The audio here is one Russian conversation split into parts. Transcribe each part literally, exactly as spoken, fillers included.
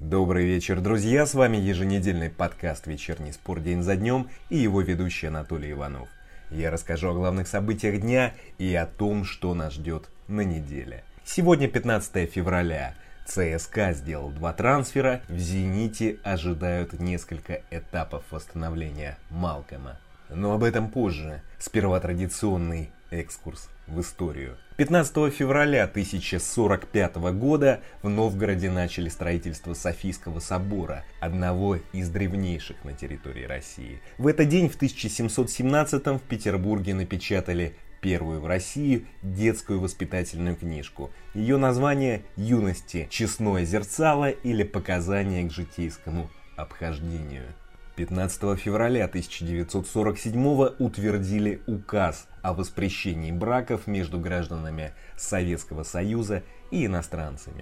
Добрый вечер, друзья! С вами еженедельный подкаст «Вечерний спор день за днем» и его ведущий Анатолий Иванов. Я расскажу о главных событиях дня и о том, что нас ждет на неделе. Сегодня пятнадцатое февраля. ЦСКА сделал два трансфера, в «Зените» ожидают несколько этапов восстановления Малкома. Но об этом позже. Сперва традиционный экскурс в историю. пятнадцатого февраля тысяча сорок пятого года в Новгороде начали строительство Софийского собора, одного из древнейших на территории России. В этот день в тысяча семьсот семнадцатом в Петербурге напечатали первую в России детскую воспитательную книжку. Ее название «Юности. Честное зерцало» или «Показания к житейскому обхождению». пятнадцатого февраля тысяча девятьсот сорок седьмого утвердили указ о воспрещении браков между гражданами Советского Союза и иностранцами.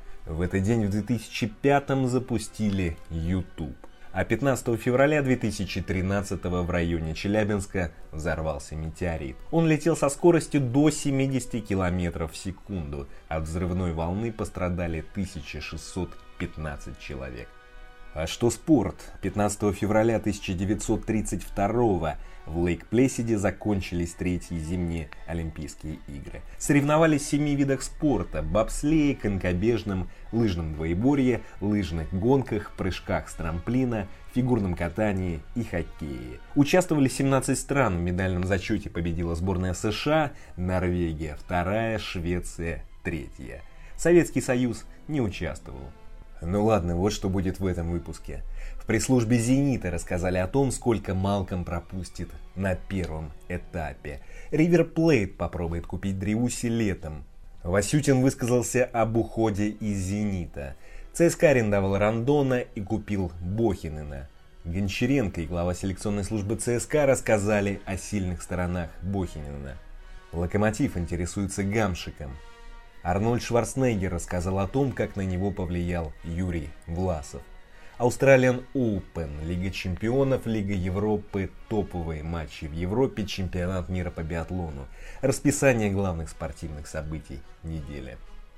В этот день в две тысячи пятом запустили YouTube. А пятнадцатого февраля две тысячи тринадцатого в районе Челябинска взорвался метеорит. Он летел со скоростью до семидесяти километров в секунду. От взрывной волны пострадали тысяча шестьсот пятнадцать человек. А что спорт? пятнадцатого февраля тысяча девятьсот тридцать второго в Лейк-Плэсиде закончились третьи зимние Олимпийские игры. Соревновались в семи видах спорта: бобслее, конькобежном, лыжном двоеборье, лыжных гонках, прыжках с трамплина, фигурном катании и хоккее. Участвовали семнадцать стран, в медальном зачете победила сборная США, Норвегия вторая, Швеция третья. Советский Союз не участвовал. Ну ладно, вот что будет в этом выпуске. В пресс-службе «Зенита» рассказали о том, сколько Малком пропустит на первом этапе. Ривер Плейт попробует купить Дриусси летом. Васютин высказался об уходе из «Зенита». ЦСКА арендовал Рандона и купил Бохинена. Гончаренко и глава селекционной службы ЦСКА рассказали о сильных сторонах Бохинена. Локомотив интересуется Гамшиком. Арнольд Шварценеггер рассказал о том, как на него повлиял Юрий Власов. Australian Open, Лига чемпионов, Лига Европы, топовые матчи в Европе, чемпионат мира по биатлону. Расписание главных спортивных событий недели.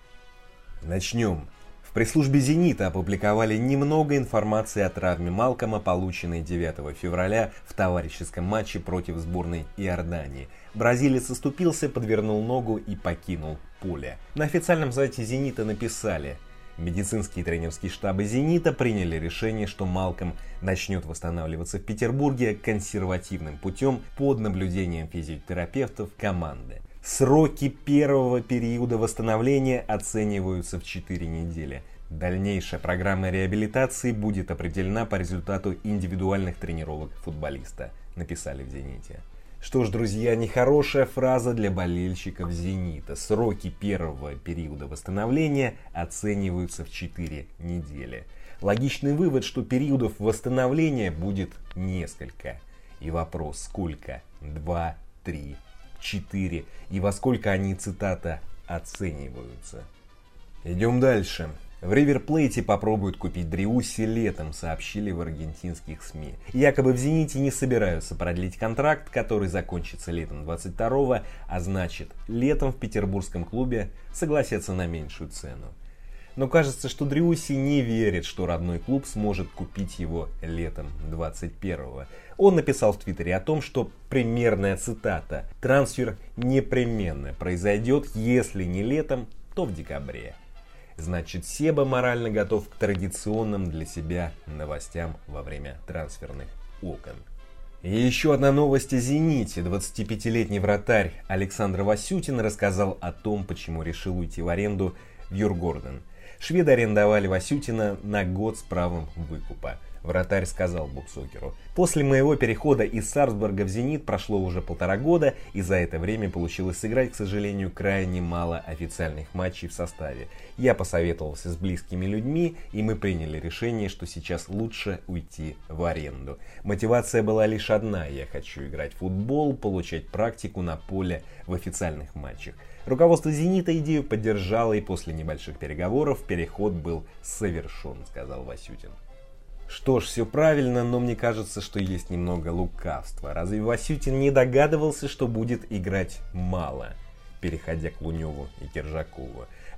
Начнем. В пресс-службе «Зенита» опубликовали немного информации о травме Малкома, полученной девятого февраля в товарищеском матче против сборной Иордании. Бразилец оступился, подвернул ногу и покинул поле. На официальном сайте «Зенита» написали: медицинские и тренерские штабы «Зенита» приняли решение, что Малком начнет восстанавливаться в Петербурге консервативным путем под наблюдением физиотерапевтов команды. Сроки первого периода восстановления оцениваются в четыре недели. Дальнейшая программа реабилитации будет определена по результату индивидуальных тренировок футболиста, написали в «Зените». Что ж, друзья, нехорошая фраза для болельщиков «Зенита». Сроки первого периода восстановления оцениваются в четыре недели. Логичный вывод, что периодов восстановления будет несколько. И вопрос: сколько? Два, три, четыре. И во сколько они, цитата, оцениваются. Идем дальше. В Ривер Плейте попробуют купить Дриусси летом, сообщили в аргентинских СМИ. Якобы в «Зените» не собираются продлить контракт, который закончится летом двадцать второго, а значит, летом в петербургском клубе согласятся на меньшую цену. Но кажется, что Дриусси не верит, что родной клуб сможет купить его летом двадцать первого. Он написал в Твиттере о том, что, примерная цитата: «Трансфер непременно произойдет, если не летом, то в декабре». Значит, Себа морально готов к традиционным для себя новостям во время трансферных окон. И еще одна новость о «Зените». двадцатипятилетний вратарь Александр Васютин рассказал о том, почему решил уйти в аренду в Дjurgården. Шведы арендовали Васютина на год с правом выкупа. Вратарь сказал буксокеру: «После моего перехода из Сарпсбурга в «Зенит» прошло уже полтора года, и за это время получилось сыграть, к сожалению, крайне мало официальных матчей в составе. Я посоветовался с близкими людьми, и мы приняли решение, что сейчас лучше уйти в аренду. Мотивация была лишь одна: я хочу играть в футбол, получать практику на поле в официальных матчах. Руководство «Зенита» идею поддержало, и после небольших переговоров переход был совершен», — сказал Васютин. Что ж, все правильно, но мне кажется, что есть немного лукавства. Разве Васютин не догадывался, что будет играть мало, переходя к Луневу и Киржакову?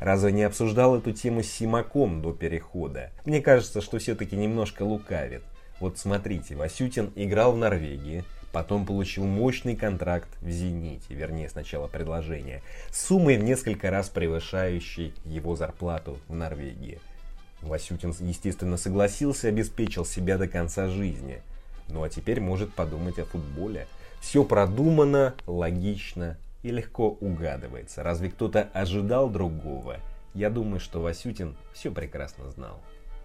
Разве не обсуждал эту тему с Симаком до перехода? Мне кажется, что все-таки немножко лукавит. Вот смотрите, Васютин играл в Норвегии, потом получил мощный контракт в «Зените», вернее, сначала предложение, с суммой в несколько раз превышающей его зарплату в Норвегии. Васютин, естественно, согласился, обеспечил себя до конца жизни. Ну а теперь может подумать о футболе. Все продумано, логично и легко угадывается. Разве кто-то ожидал другого? Я думаю, что Васютин все прекрасно знал.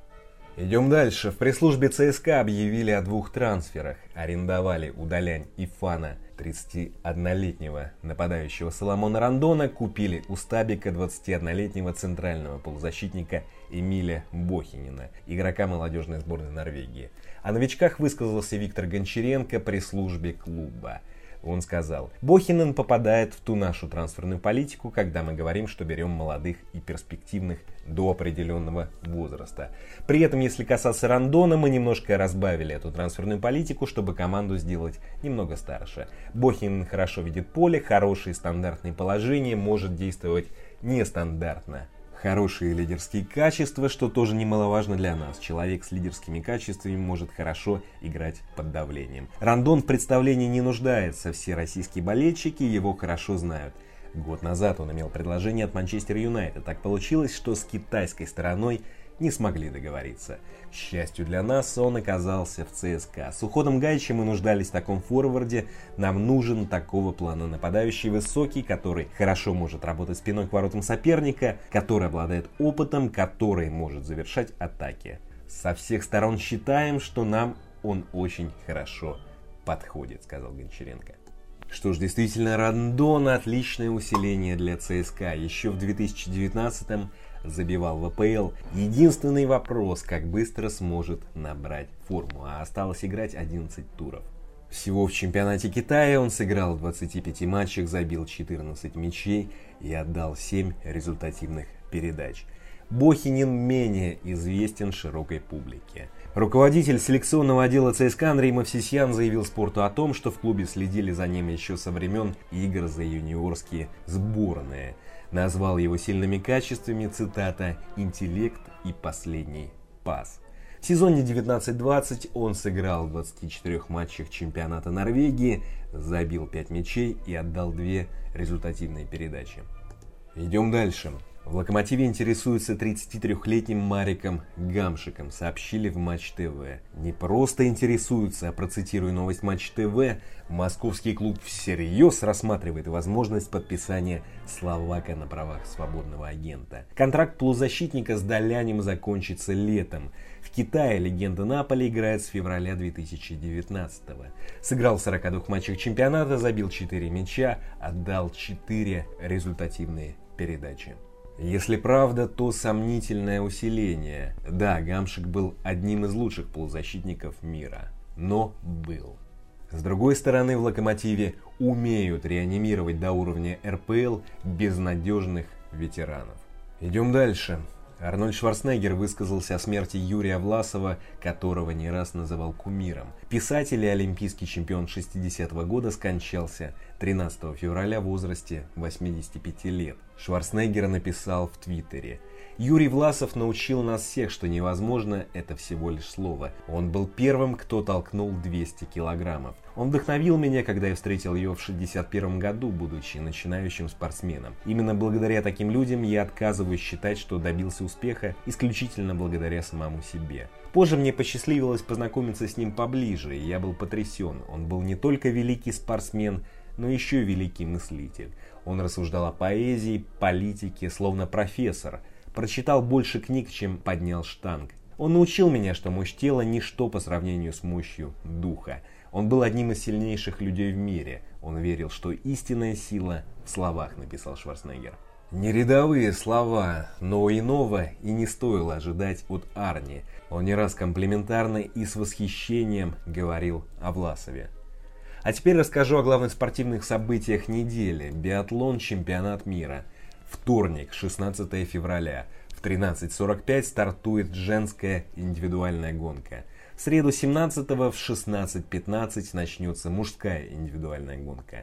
Идем дальше. В пресс-службе ЦСКА объявили о двух трансферах. Арендовали у Далянь и Фана тридцатиоднолетнего нападающего Соломона Рандона, купили у Стабика двадцатиоднолетнего центрального полузащитника Эмиля Бохинина, игрока молодежной сборной Норвегии. О новичках высказался Виктор Гончаренко при службе клуба. Он сказал: Бохинин попадает в ту нашу трансферную политику, когда мы говорим, что берем молодых и перспективных до определенного возраста. При этом, если касаться Рандона, мы немножко разбавили эту трансферную политику, чтобы команду сделать немного старше. Бохинин хорошо видит поле, хорошие стандартные положения, может действовать нестандартно. Хорошие лидерские качества, что тоже немаловажно для нас. Человек с лидерскими качествами может хорошо играть под давлением. Рандон в представлении не нуждается, все российские болельщики его хорошо знают. Год назад он имел предложение от Манчестер Юнайтед. Так получилось, что с китайской стороной не смогли договориться. К счастью для нас, он оказался в ЦСКА. С уходом Гайча мы нуждались в таком форварде. Нам нужен такого плана нападающий, высокий, который хорошо может работать спиной к воротам соперника, который обладает опытом, который может завершать атаки. Со всех сторон считаем, что нам он очень хорошо подходит, сказал Гончаренко. Что ж, действительно, Рандон отличное усиление для ЦСКА. Еще в две тысячи девятнадцатом забивал в А Пэ Эл. Единственный вопрос, как быстро сможет набрать форму, а осталось играть одиннадцать туров. Всего в чемпионате Китая он сыграл в двадцати пяти матчах, забил четырнадцать мячей и отдал семь результативных передач. Бохинин менее известен широкой публике. Руководитель селекционного отдела ЦСКА Андрей Мовсисьян заявил «Спорту» о том, что в клубе следили за ним еще со времен игр за юниорские сборные. Назвал его сильными качествами, цитата, «интеллект и последний пас». В сезоне девятнадцать двадцать он сыграл в двадцати четырёх матчах чемпионата Норвегии, забил пять мячей и отдал две результативные передачи. Идем дальше. В «Локомотиве» интересуются тридцатитрёхлетним Мариком Гамшиком, сообщили в Матч ТВ. Не просто интересуются, а процитирую новость Матч ТВ, московский клуб всерьез рассматривает возможность подписания словака на правах свободного агента. Контракт полузащитника с Далянем закончится летом. В Китае легенда Наполи играет с февраля две тысячи девятнадцатого. Сыграл в сорока двух матчах чемпионата, забил четыре мяча, отдал четыре результативные передачи. Если правда, то сомнительное усиление. Да, Гамшик был одним из лучших полузащитников мира, но был. С другой стороны, в «Локомотиве» умеют реанимировать до уровня Эр Пэ Эл безнадежных ветеранов. Идем дальше. Арнольд Шварценеггер высказался о смерти Юрия Власова, которого не раз называл кумиром. Писатель и олимпийский чемпион шестидесятого года скончался тринадцатого февраля в возрасте восьмидесяти пяти лет. Шварценеггер написал в Твиттере: «Юрий Власов научил нас всех, что невозможно – это всего лишь слово. Он был первым, кто толкнул двести килограммов. Он вдохновил меня, когда я встретил его в шестьдесят первом году, будучи начинающим спортсменом. Именно благодаря таким людям я отказываюсь считать, что добился успеха исключительно благодаря самому себе». Позже мне посчастливилось познакомиться с ним поближе, и я был потрясен. Он был не только великий спортсмен, но еще и великий мыслитель. Он рассуждал о поэзии, политике, словно профессор. Прочитал больше книг, чем поднял штанг. Он научил меня, что мощь тела – ничто по сравнению с мощью духа. Он был одним из сильнейших людей в мире. Он верил, что истинная сила в словах, написал Шварценеггер. Не рядовые слова, но иного и не стоило ожидать от Арни. Он не раз комплиментарно и с восхищением говорил о Власове. А теперь расскажу о главных спортивных событиях недели. Биатлон, чемпионат мира. Вторник, шестнадцатого февраля. В тринадцать сорок пять стартует женская индивидуальная гонка. В среду семнадцатого в шестнадцать пятнадцать начнется мужская индивидуальная гонка. В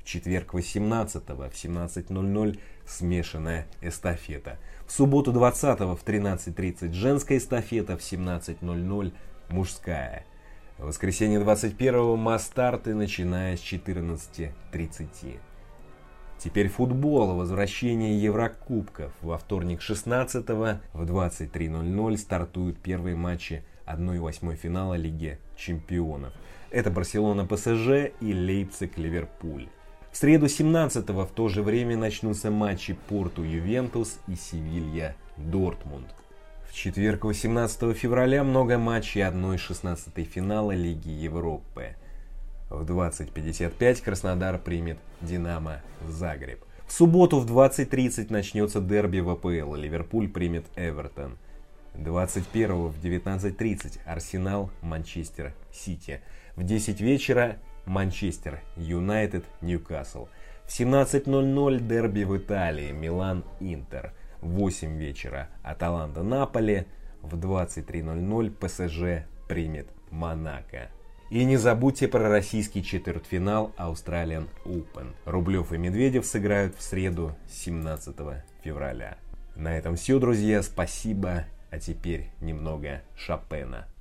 четверг восемнадцатого в семнадцать ноль ноль смешанная эстафета. В субботу двадцатого в тринадцать тридцать женская эстафета, в семнадцать ноль ноль мужская. В воскресенье двадцать первого масс-старты, начиная с четырнадцати тридцати. Теперь футбол, возвращение Еврокубков. Во вторник шестнадцатого в двадцать три ноль ноль стартуют первые матчи одной восьмой финала Лиги Чемпионов. Это Барселона-ПСЖ и Лейпциг-Ливерпуль. В среду семнадцатого в то же время начнутся матчи Порту-Ювентус и Севилья-Дортмунд. В четверг восемнадцатого февраля много матчей одной шестнадцатой финала Лиги Европы. В двадцать пятьдесят пять Краснодар примет Динамо Загреб. В субботу в двадцать тридцать начнется дерби ВПЛ. Ливерпуль примет Эвертон. двадцать первого в девятнадцать тридцать Арсенал Манчестер Сити. В десять вечера Манчестер Юнайтед Ньюкасл. В семнадцать ноль ноль дерби в Италии Милан Интер. В восемь вечера Аталанта Наполи. В двадцать три ноль ноль ПСЖ примет Монако. И не забудьте про российский четвертьфинал Australian Open. Рублев и Медведев сыграют в среду семнадцатого февраля. На этом все, друзья. Спасибо. А теперь немного Шопена.